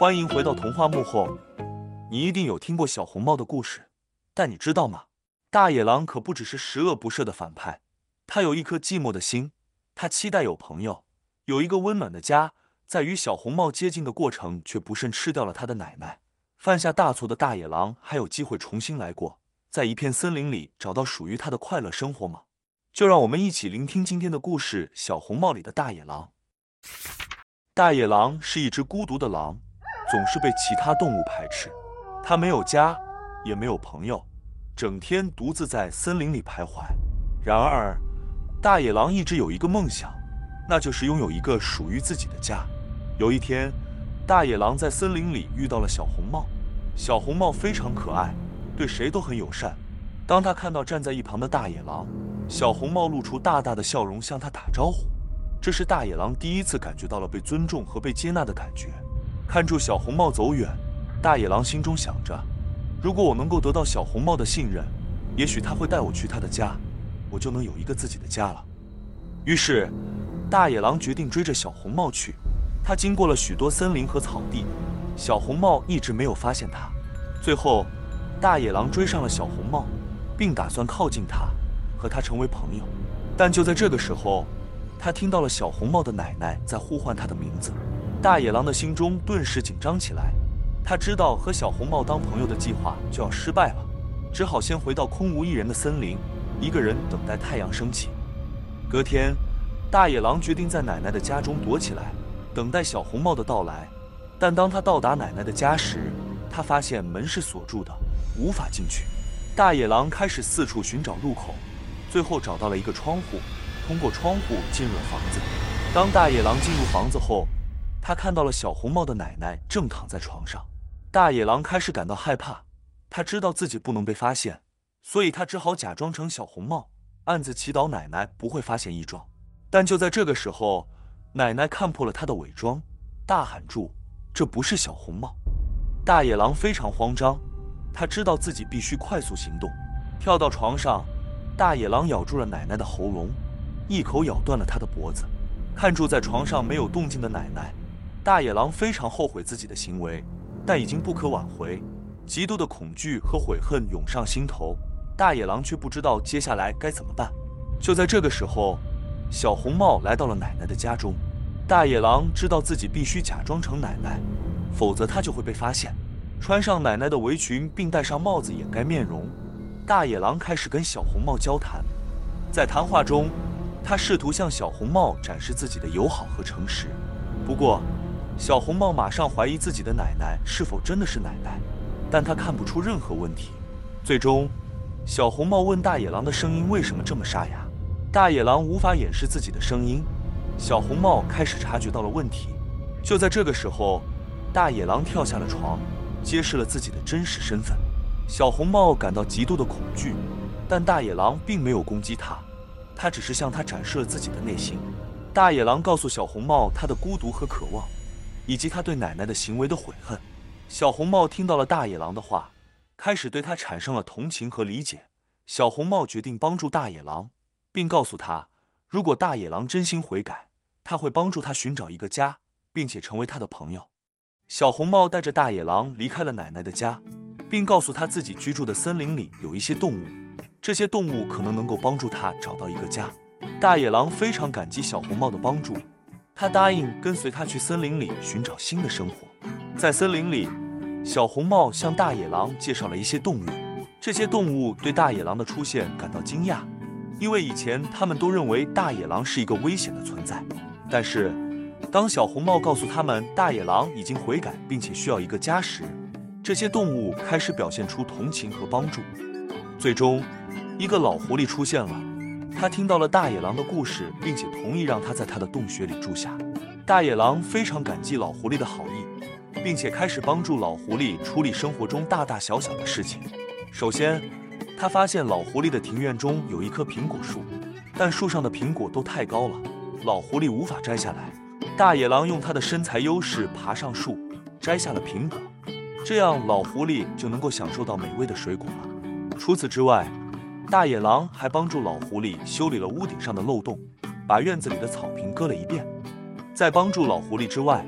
欢迎回到童话幕后。你一定有听过小红帽的故事，但你知道吗？大野狼可不只是十恶不赦的反派，他有一颗寂寞的心，他期待有朋友，有一个温暖的家。在与小红帽接近的过程，却不慎吃掉了他的奶奶。犯下大错的大野狼还有机会重新来过，在一片森林里找到属于他的快乐生活吗？就让我们一起聆听今天的故事《小红帽里的大野狼》。大野狼是一只孤独的狼，总是被其他动物排斥。他没有家，也没有朋友，整天独自在森林里徘徊。然而，大野狼一直有一个梦想，那就是拥有一个属于自己的家。有一天，大野狼在森林里遇到了小红帽。小红帽非常可爱，对谁都很友善。当他看到站在一旁的大野狼，小红帽露出大大的笑容向他打招呼。这是大野狼第一次感觉到了被尊重和被接纳的感觉。看住小红帽走远，大野狼心中想着，如果我能够得到小红帽的信任，也许他会带我去他的家，我就能有一个自己的家了。于是大野狼决定追着小红帽去。他经过了许多森林和草地，小红帽一直没有发现他。最后大野狼追上了小红帽，并打算靠近他，和他成为朋友。但就在这个时候，他听到了小红帽的奶奶在呼唤他的名字。大野狼的心中顿时紧张起来，他知道和小红帽当朋友的计划就要失败了，只好先回到空无一人的森林，一个人等待太阳升起。隔天，大野狼决定在奶奶的家中躲起来，等待小红帽的到来。但当他到达奶奶的家时，他发现门是锁住的，无法进去。大野狼开始四处寻找入口，最后找到了一个窗户，通过窗户进入了房子。当大野狼进入房子后，他看到了小红帽的奶奶正躺在床上。大野狼开始感到害怕，他知道自己不能被发现，所以他只好假装成小红帽，暗自祈祷奶奶不会发现异状。但就在这个时候，奶奶看破了他的伪装，大喊住：“这不是小红帽！”大野狼非常慌张，他知道自己必须快速行动。跳到床上，大野狼咬住了奶奶的喉咙，一口咬断了她的脖子。看住在床上没有动静的奶奶，大野狼非常后悔自己的行为，但已经不可挽回。极度的恐惧和悔恨涌上心头，大野狼却不知道接下来该怎么办。就在这个时候，小红帽来到了奶奶的家中。大野狼知道自己必须假装成奶奶，否则他就会被发现。穿上奶奶的围裙并戴上帽子掩盖面容，大野狼开始跟小红帽交谈。在谈话中，他试图向小红帽展示自己的友好和诚实。不过小红帽马上怀疑自己的奶奶是否真的是奶奶，但他看不出任何问题。最终，小红帽问大野狼的声音为什么这么沙哑。大野狼无法掩饰自己的声音，小红帽开始察觉到了问题。就在这个时候，大野狼跳下了床，揭示了自己的真实身份。小红帽感到极度的恐惧，但大野狼并没有攻击他，他只是向他展示了自己的内心。大野狼告诉小红帽他的孤独和渴望，以及他对奶奶的行为的悔恨。小红帽听到了大野狼的话，开始对他产生了同情和理解。小红帽决定帮助大野狼，并告诉他，如果大野狼真心悔改，他会帮助他寻找一个家，并且成为他的朋友。小红帽带着大野狼离开了奶奶的家，并告诉他自己居住的森林里有一些动物，这些动物可能够帮助他找到一个家。大野狼非常感激小红帽的帮助，他答应跟随他去森林里寻找新的生活。在森林里，小红帽向大野狼介绍了一些动物，这些动物对大野狼的出现感到惊讶，因为以前他们都认为大野狼是一个危险的存在。但是当小红帽告诉他们大野狼已经悔改并且需要一个家时，这些动物开始表现出同情和帮助。最终，一个老狐狸出现了，他听到了大野狼的故事，并且同意让他在他的洞穴里住下。大野狼非常感激老狐狸的好意，并且开始帮助老狐狸处理生活中大大小小的事情。首先，他发现老狐狸的庭院中有一棵苹果树，但树上的苹果都太高了，老狐狸无法摘下来。大野狼用他的身材优势爬上树，摘下了苹果，这样老狐狸就能够享受到美味的水果了。除此之外，大野狼还帮助老狐狸修理了屋顶上的漏洞，把院子里的草坪割了一遍。在帮助老狐狸之外，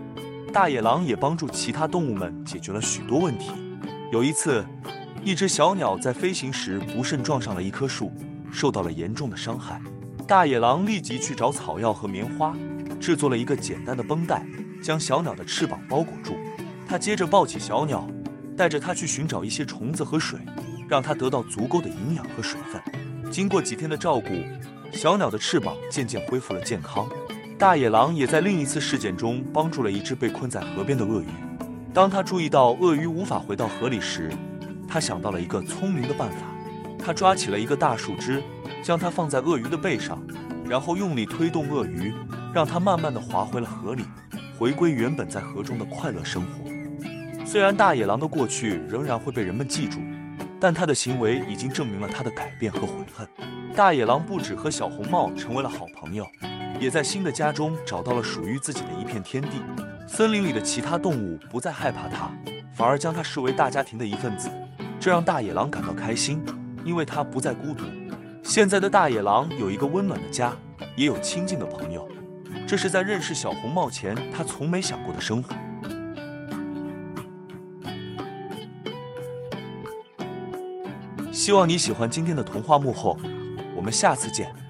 大野狼也帮助其他动物们解决了许多问题。有一次，一只小鸟在飞行时不慎撞上了一棵树，受到了严重的伤害。大野狼立即去找草药和棉花，制作了一个简单的绷带，将小鸟的翅膀包裹住。他接着抱起小鸟，带着它去寻找一些虫子和水，让它得到足够的营养和水分。经过几天的照顾，小鸟的翅膀渐渐恢复了健康。大野狼也在另一次事件中帮助了一只被困在河边的鳄鱼。当他注意到鳄鱼无法回到河里时，他想到了一个聪明的办法。他抓起了一个大树枝，将它放在鳄鱼的背上，然后用力推动鳄鱼，让它慢慢地滑回了河里，回归原本在河中的快乐生活。虽然大野狼的过去仍然会被人们记住，但他的行为已经证明了他的改变和悔恨。大野狼不止和小红帽成为了好朋友，也在新的家中找到了属于自己的一片天地。森林里的其他动物不再害怕他，反而将他视为大家庭的一份子，这让大野狼感到开心，因为他不再孤独。现在的大野狼有一个温暖的家，也有亲近的朋友，这是在认识小红帽前他从没想过的生活。希望你喜欢今天的童话幕后，我们下次见。